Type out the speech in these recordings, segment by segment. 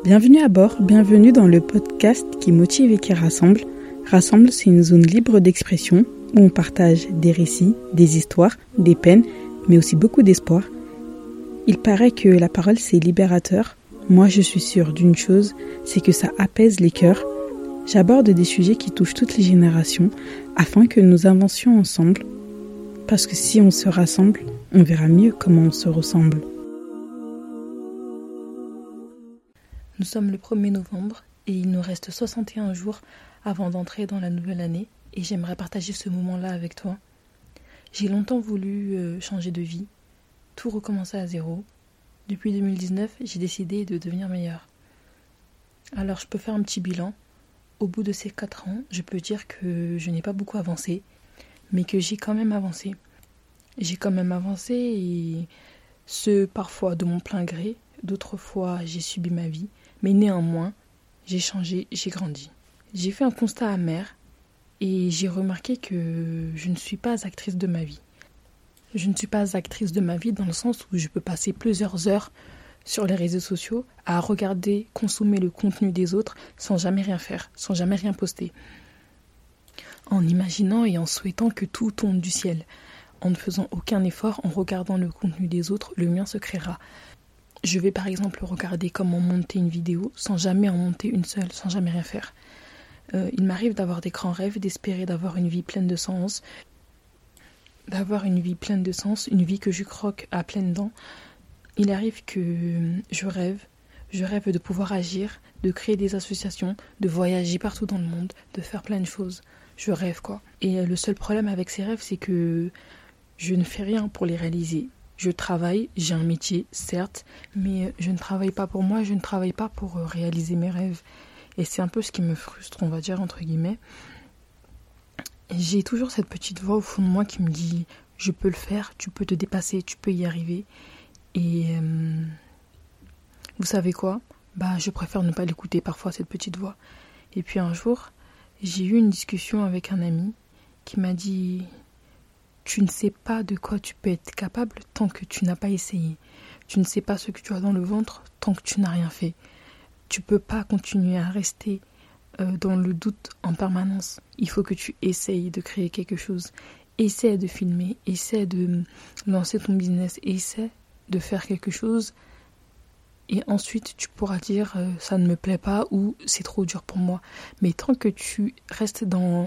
Bienvenue à bord, bienvenue dans le podcast qui motive et qui rassemble. Rassemble, c'est une zone libre d'expression où on partage des récits, des histoires, des peines, mais aussi beaucoup d'espoir. Il paraît que la parole c'est libérateur. Moi je suis sûre d'une chose, c'est que ça apaise les cœurs. J'aborde des sujets qui touchent toutes les générations afin que nous avancions ensemble. Parce que si on se rassemble, on verra mieux comment on se ressemble. Nous sommes le 1er novembre et il nous reste 61 jours avant d'entrer dans la nouvelle année et j'aimerais partager ce moment-là avec toi. J'ai longtemps voulu changer de vie, tout recommencer à zéro. Depuis 2019, j'ai décidé de devenir meilleure. Alors je peux faire un petit bilan. Au bout de ces 4 ans, je peux dire que je n'ai pas beaucoup avancé, mais que j'ai quand même avancé. J'ai quand même avancé et ce parfois de mon plein gré, d'autres fois j'ai subi ma vie. Mais néanmoins, j'ai changé, j'ai grandi. J'ai fait un constat amer et j'ai remarqué que je ne suis pas actrice de ma vie. Je ne suis pas actrice de ma vie dans le sens où je peux passer plusieurs heures sur les réseaux sociaux à regarder, consommer le contenu des autres sans jamais rien faire, sans jamais rien poster. En imaginant et en souhaitant que tout tombe du ciel. En ne faisant aucun effort, en regardant le contenu des autres, le mien se créera. Je vais par exemple regarder comment monter une vidéo sans jamais en monter une seule, sans jamais rien faire. Il m'arrive d'avoir des grands rêves, d'espérer d'avoir une vie pleine de sens, une vie que je croque à pleines dents. Il arrive que je rêve de pouvoir agir, de créer des associations, de voyager partout dans le monde, de faire plein de choses. Je rêve quoi. Et le seul problème avec ces rêves, c'est que je ne fais rien pour les réaliser. Je travaille, j'ai un métier, certes, mais je ne travaille pas pour moi, je ne travaille pas pour réaliser mes rêves. Et c'est un peu ce qui me frustre, on va dire, entre guillemets. J'ai toujours cette petite voix au fond de moi qui me dit « Je peux le faire, tu peux te dépasser, tu peux y arriver. » Et vous savez quoi ? Je préfère ne pas l'écouter parfois, cette petite voix. Et puis un jour, j'ai eu une discussion avec un ami qui m'a dit « Tu ne sais pas de quoi tu peux être capable tant que tu n'as pas essayé. Tu ne sais pas ce que tu as dans le ventre tant que tu n'as rien fait. Tu ne peux pas continuer à rester dans le doute en permanence. Il faut que tu essayes de créer quelque chose. Essaie de filmer, essaie de lancer ton business, essaie de faire quelque chose. Et ensuite, tu pourras dire ça ne me plaît pas ou c'est trop dur pour moi. Mais tant que tu restes dans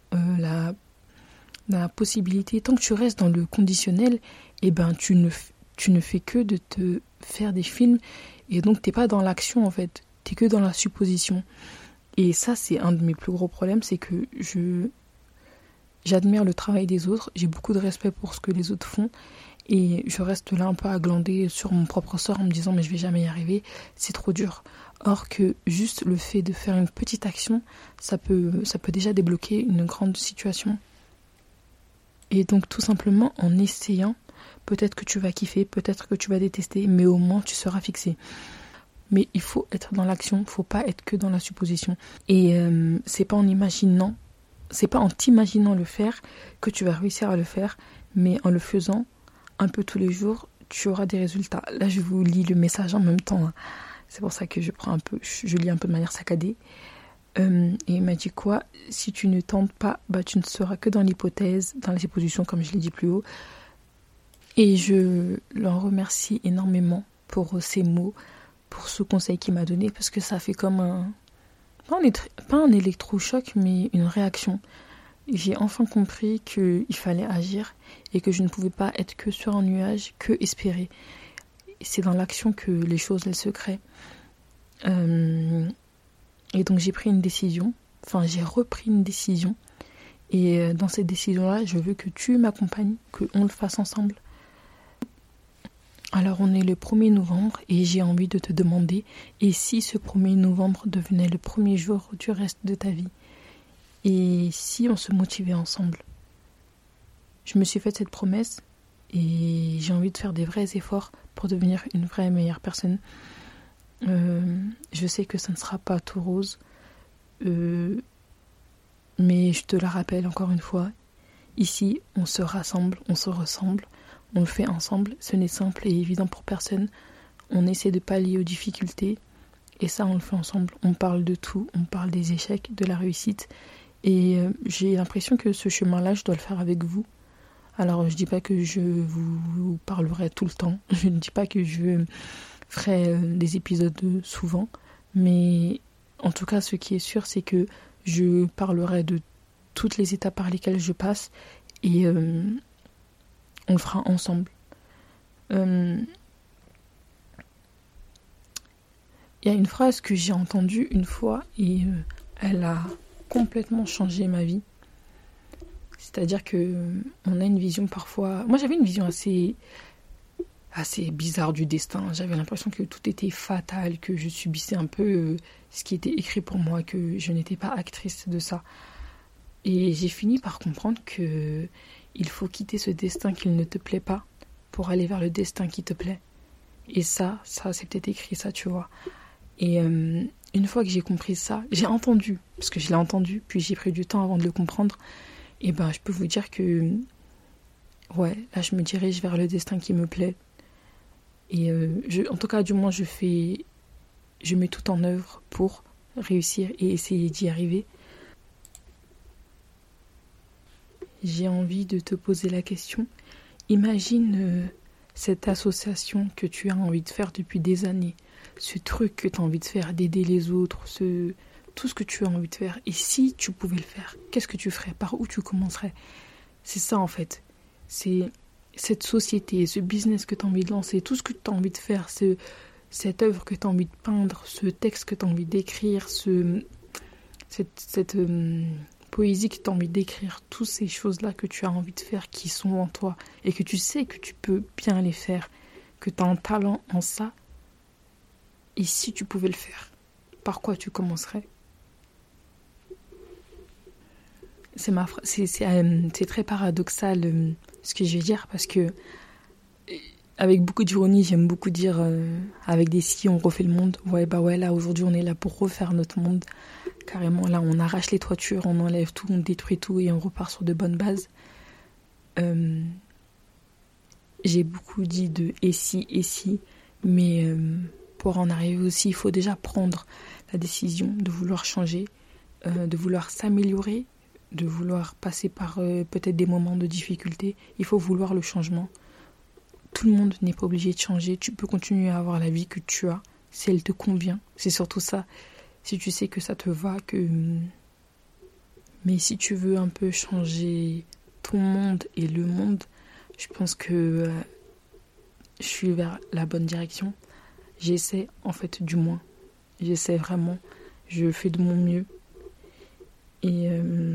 la possibilité, tant que tu restes dans le conditionnel, tu ne fais que de te faire des films et donc t'es pas dans l'action en fait, t'es que dans la supposition. Et ça c'est un de mes plus gros problèmes, c'est que j'admire le travail des autres, j'ai beaucoup de respect pour ce que les autres font et je reste là un peu à glander sur mon propre sort en me disant mais je vais jamais y arriver, c'est trop dur. Or que juste le fait de faire une petite action, ça peut déjà débloquer une grande situation. Et donc tout simplement en essayant, peut-être que tu vas kiffer, peut-être que tu vas détester, mais au moins tu seras fixé. Mais il faut être dans l'action, il ne faut pas être que dans la supposition. Et c'est pas en t'imaginant le faire que tu vas réussir à le faire, mais en le faisant un peu tous les jours, tu auras des résultats. Là je vous lis le message en même temps, hein. C'est pour ça que je lis un peu de manière saccadée. Et il m'a dit quoi ? Si tu ne tentes pas, tu ne seras que dans l'hypothèse, dans la supposition, comme je l'ai dit plus haut. Et je l'en remercie énormément pour ces mots, pour ce conseil qu'il m'a donné, parce que ça fait comme pas un électrochoc, mais une réaction. J'ai enfin compris qu'il fallait agir et que je ne pouvais pas être que sur un nuage, que espérer. C'est dans l'action que les choses, elles se créent. Et donc j'ai repris une décision. Et dans cette décision-là, je veux que tu m'accompagnes, qu'on le fasse ensemble. Alors on est le 1er novembre et j'ai envie de te demander, et si ce 1er novembre devenait le premier jour du reste de ta vie ? Et si on se motivait ensemble ? Je me suis faite cette promesse et j'ai envie de faire des vrais efforts pour devenir une vraie meilleure personne. Je sais que ça ne sera pas tout rose, mais je te la rappelle encore une fois, ici on se rassemble, on se ressemble, on le fait ensemble, ce n'est simple et évident pour personne, on essaie de pallier aux difficultés Et ça, on le fait ensemble. On parle de tout, on parle des échecs, de la réussite. Et j'ai l'impression que ce chemin-là, je dois le faire avec vous. Alors, je dis pas que je vous parlerai tout le temps. Je ne dis pas que je ferai des épisodes souvent. Mais en tout cas, ce qui est sûr, c'est que je parlerai de toutes les étapes par lesquelles je passe. Et on le fera ensemble. Il y a une phrase que j'ai entendue une fois et elle a complètement changé ma vie. C'est-à-dire que on a une vision parfois... Moi, j'avais une vision assez bizarre du destin. J'avais l'impression que tout était fatal, que je subissais un peu ce qui était écrit pour moi, que je n'étais pas actrice de ça. Et j'ai fini par comprendre que il faut quitter ce destin qui ne te plaît pas pour aller vers le destin qui te plaît. Et ça c'est peut-être écrit ça, tu vois. Et une fois que j'ai compris ça, j'ai entendu, parce que je l'ai entendu, puis j'ai pris du temps avant de le comprendre, et ben je peux vous dire que, ouais, là je me dirige vers le destin qui me plaît. Et en tout cas, du moins, je mets tout en œuvre pour réussir et essayer d'y arriver. J'ai envie de te poser la question. Imagine cette association que tu as envie de faire depuis des années, ce truc que tu as envie de faire, d'aider les autres, tout ce que tu as envie de faire. Et si tu pouvais le faire, qu'est-ce que tu ferais? Par où tu commencerais? C'est ça en fait. C'est cette société, ce business que tu as envie de lancer, tout ce que tu as envie de faire, cette œuvre que tu as envie de peindre, ce texte que tu as envie d'écrire, cette poésie que tu as envie d'écrire, toutes ces choses-là que tu as envie de faire qui sont en toi et que tu sais que tu peux bien les faire, que tu as un talent en ça. Et si tu pouvais le faire, par quoi tu commencerais? C'est très paradoxal ce que je vais dire parce que avec beaucoup d'ironie, j'aime beaucoup dire avec des si on refait le monde. Ouais, là aujourd'hui on est là pour refaire notre monde. Carrément là on arrache les toitures, on enlève tout, on détruit tout et on repart sur de bonnes bases. J'ai beaucoup dit de et si, mais pour en arriver aussi, il faut déjà prendre la décision de vouloir changer, de vouloir s'améliorer, de vouloir passer par peut-être des moments de difficulté. Il faut vouloir le changement. Tout le monde n'est pas obligé de changer. Tu peux continuer à avoir la vie que tu as, si elle te convient. C'est surtout ça. Si tu sais que ça te va, mais si tu veux un peu changer ton monde et le monde, je pense que je suis vers la bonne direction. J'essaie, en fait, du moins. J'essaie vraiment. Je fais de mon mieux. Et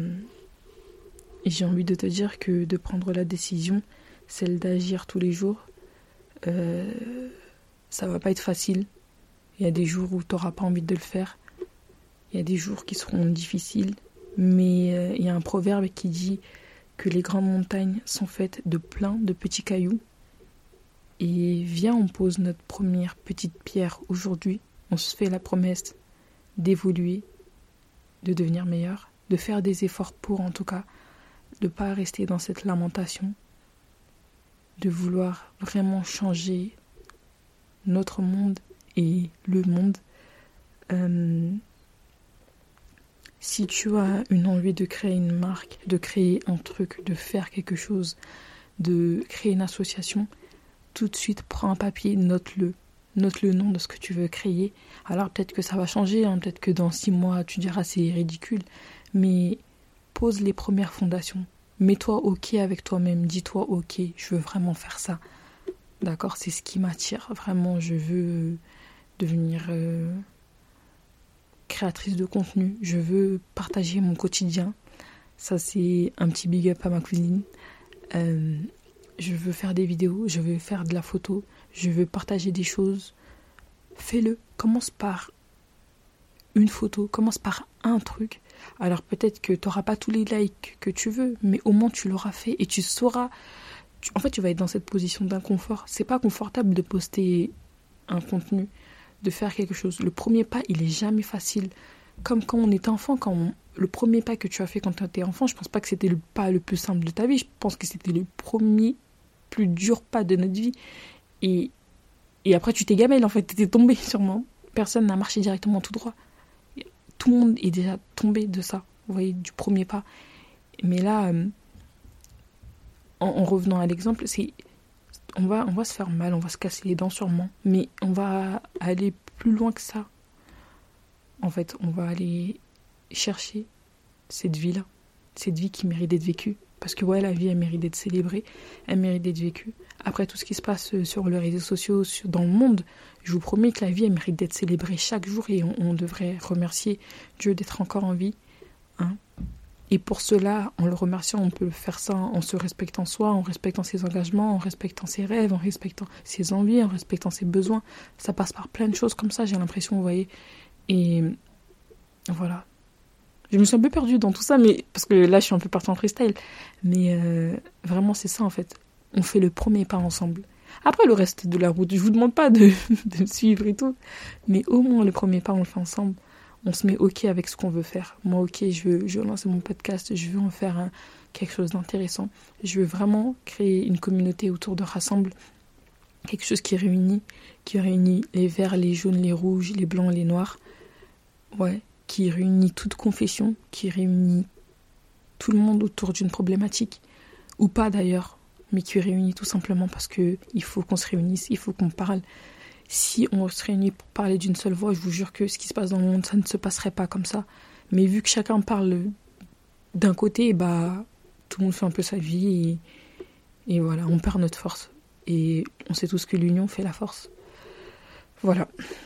j'ai envie de te dire que de prendre la décision, celle d'agir tous les jours, ça va pas être facile. Il y a des jours où tu n'auras pas envie de le faire. Il y a des jours qui seront difficiles. Mais il y a un proverbe qui dit que les grandes montagnes sont faites de plein de petits cailloux. Et viens, on pose notre première petite pierre aujourd'hui. On se fait la promesse d'évoluer, de devenir meilleur, de faire des efforts pour, en tout cas, de ne pas rester dans cette lamentation, de vouloir vraiment changer notre monde et le monde. Si tu as une envie de créer une marque, de créer un truc, de faire quelque chose, de créer une association, tout de suite, prends un papier, note-le. Note le nom de ce que tu veux créer. Alors peut-être que ça va changer, peut-être que dans 6 mois, tu diras c'est ridicule. Mais pose les premières fondations. Mets-toi OK avec toi-même. Dis-toi OK, je veux vraiment faire ça. D'accord, c'est ce qui m'attire. Vraiment, je veux devenir créatrice de contenu. Je veux partager mon quotidien. Ça, c'est un petit big up à ma cousine. Je veux faire des vidéos, je veux faire de la photo, je veux partager des choses. Fais-le. Commence par une photo, commence par un truc. Alors peut-être que tu n'auras pas tous les likes que tu veux, mais au moins tu l'auras fait et tu sauras. En fait, tu vas être dans cette position d'inconfort. C'est pas confortable de poster un contenu, de faire quelque chose. Le premier pas, il est jamais facile. Comme quand on était enfant, le premier pas que tu as fait quand tu étais enfant, je pense pas que c'était le pas le plus simple de ta vie. Je pense que c'était le premier plus dur pas de notre vie. Et après, tu t'es gamelle, en fait, t'étais tombée sûrement. personne n'a marché directement tout droit. Tout le monde est déjà tombé de ça, vous voyez, du premier pas. Mais là, en revenant à l'exemple, on va se faire mal, on va se casser les dents sûrement, mais on va aller plus loin que ça. En fait, on va aller chercher cette vie-là, cette vie qui mérite d'être vécue. Parce que ouais, la vie, elle mérite d'être célébrée, elle mérite d'être vécue. Après tout ce qui se passe sur les réseaux sociaux, dans le monde, je vous promets que la vie, elle mérite d'être célébrée chaque jour et on devrait remercier Dieu d'être encore en vie. Hein. Et pour cela, en le remerciant, on peut faire ça en se respectant soi, en respectant ses engagements, en respectant ses rêves, en respectant ses envies, en respectant ses besoins. Ça passe par plein de choses comme ça, j'ai l'impression, vous voyez. Et voilà. Je me suis un peu perdue dans tout ça, mais parce que là, je suis un peu partie en freestyle. Mais vraiment, c'est ça, en fait. On fait le premier pas ensemble. Après, le reste de la route, je vous demande pas de me suivre et tout. Mais au moins, le premier pas, on le fait ensemble. On se met OK avec ce qu'on veut faire. Moi, OK, je veux lancer mon podcast. Je veux en faire quelque chose d'intéressant. Je veux vraiment créer une communauté autour de Rassemble. Quelque chose qui réunit les verts, les jaunes, les rouges, les blancs, les noirs. Ouais. Qui réunit toute confession, qui réunit tout le monde autour d'une problématique, ou pas d'ailleurs, mais qui réunit tout simplement parce qu'il faut qu'on se réunisse, il faut qu'on parle. Si on se réunit pour parler d'une seule voix, je vous jure que ce qui se passe dans le monde, ça ne se passerait pas comme ça. Mais vu que chacun parle d'un côté, tout le monde fait un peu sa vie, et voilà, on perd notre force. Et on sait tous que l'union fait la force. Voilà.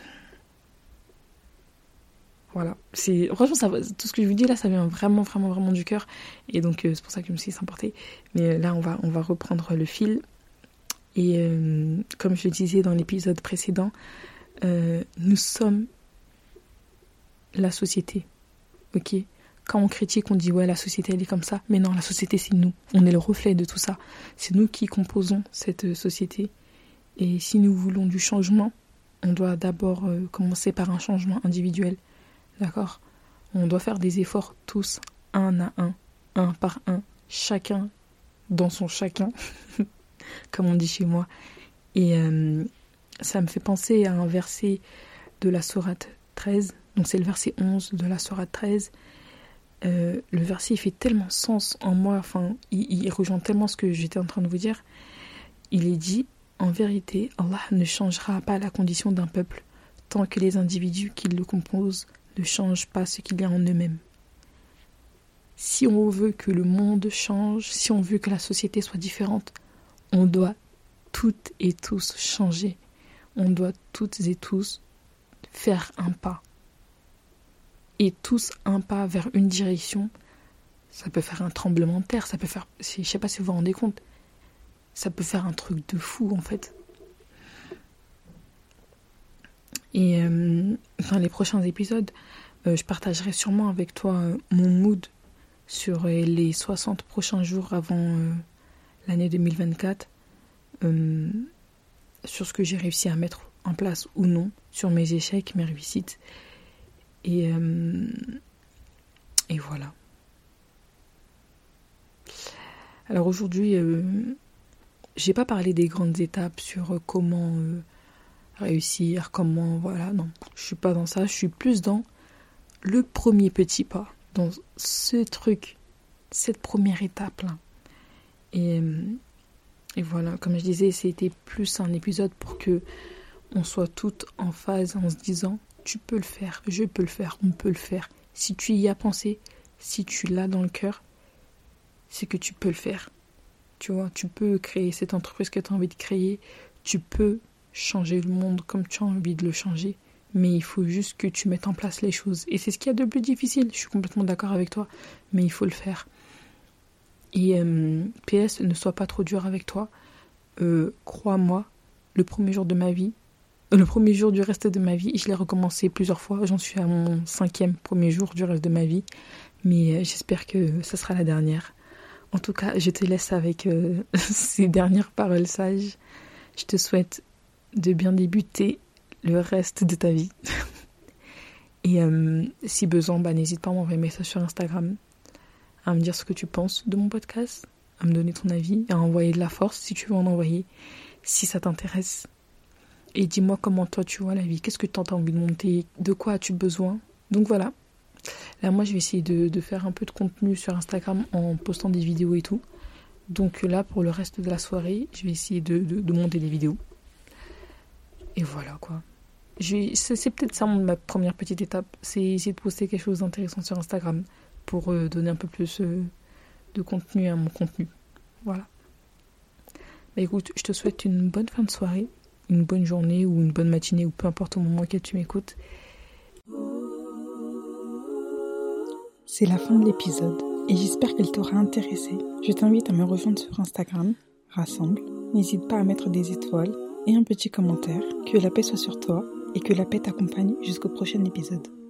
Voilà, franchement, tout ce que je vous dis là, ça vient vraiment, vraiment, vraiment du cœur. Et donc, c'est pour ça que je me suis emportée. Mais là, on va reprendre le fil. Et comme je le disais dans l'épisode précédent, nous sommes la société. Ok ? Quand on critique, on dit ouais, la société, elle est comme ça. Mais non, la société, c'est nous. On est le reflet de tout ça. C'est nous qui composons cette société. Et si nous voulons du changement, on doit d'abord commencer par un changement individuel. D'accord ? On doit faire des efforts tous, un à un par un, chacun dans son chacun, comme on dit chez moi. Et ça me fait penser à un verset de la sourate 13, donc c'est le verset 11 de la sourate 13. Le verset, il fait tellement sens en moi, enfin, il rejoint tellement ce que j'étais en train de vous dire. Il est dit, en vérité, Allah ne changera pas la condition d'un peuple tant que les individus qui le composent ne changent pas ce qu'il y a en eux-mêmes. Si on veut que le monde change, si on veut que la société soit différente, on doit toutes et tous changer. On doit toutes et tous faire un pas. Et tous un pas vers une direction. Ça peut faire un tremblement de terre, ça peut faire, je sais pas si vous vous rendez compte, ça peut faire un truc de fou en fait. Et dans les prochains épisodes, je partagerai sûrement avec toi mon mood sur les 60 prochains jours avant l'année 2024, sur ce que j'ai réussi à mettre en place ou non, sur mes échecs, mes réussites. Et voilà. Alors aujourd'hui, j'ai pas parlé des grandes étapes sur comment réussir, comment, voilà, non, je suis pas dans ça, je suis plus dans le premier petit pas, dans ce truc, cette première étape-là. Et voilà, comme je disais, c'était plus un épisode pour que on soit toutes en phase en se disant, tu peux le faire, je peux le faire, on peut le faire. Si tu y as pensé, si tu l'as dans le cœur, c'est que tu peux le faire. Tu vois, tu peux créer cette entreprise que tu as envie de créer, tu peux changer le monde comme tu as envie de le changer, mais il faut juste que tu mettes en place les choses. Et c'est ce qu'il y a de plus difficile, je suis complètement d'accord avec toi, mais il faut le faire. Et PS, ne sois pas trop dur avec toi. Crois-moi, le premier jour de ma vie, le premier jour du reste de ma vie, je l'ai recommencé plusieurs fois, j'en suis à mon 5e premier jour du reste de ma vie, mais j'espère que ça sera la dernière. En tout cas, je te laisse avec ces dernières paroles sages. Je te souhaite de bien débuter le reste de ta vie. Et si besoin, n'hésite pas à m'envoyer un message sur Instagram, à me dire ce que tu penses de mon podcast, à me donner ton avis, à envoyer de la force si tu veux en envoyer, si ça t'intéresse. Et dis-moi comment toi tu vois la vie, qu'est-ce que tu as envie de monter, de quoi as-tu besoin. Donc voilà, là moi je vais essayer de faire un peu de contenu sur Instagram en postant des vidéos et tout. Donc là pour le reste de la soirée, je vais essayer de monter des vidéos. Et voilà quoi. C'est peut-être ça ma première petite étape, c'est essayer de poster quelque chose d'intéressant sur Instagram pour donner un peu plus de contenu à mon contenu. Voilà. Bah écoute, je te souhaite une bonne fin de soirée, une bonne journée ou une bonne matinée ou peu importe au moment auquel tu m'écoutes. C'est la fin de l'épisode et j'espère qu'elle t'aura intéressé. Je t'invite à me rejoindre sur Instagram, Rassemble. N'hésite pas à mettre des étoiles et un petit commentaire. Que la paix soit sur toi et que la paix t'accompagne jusqu'au prochain épisode.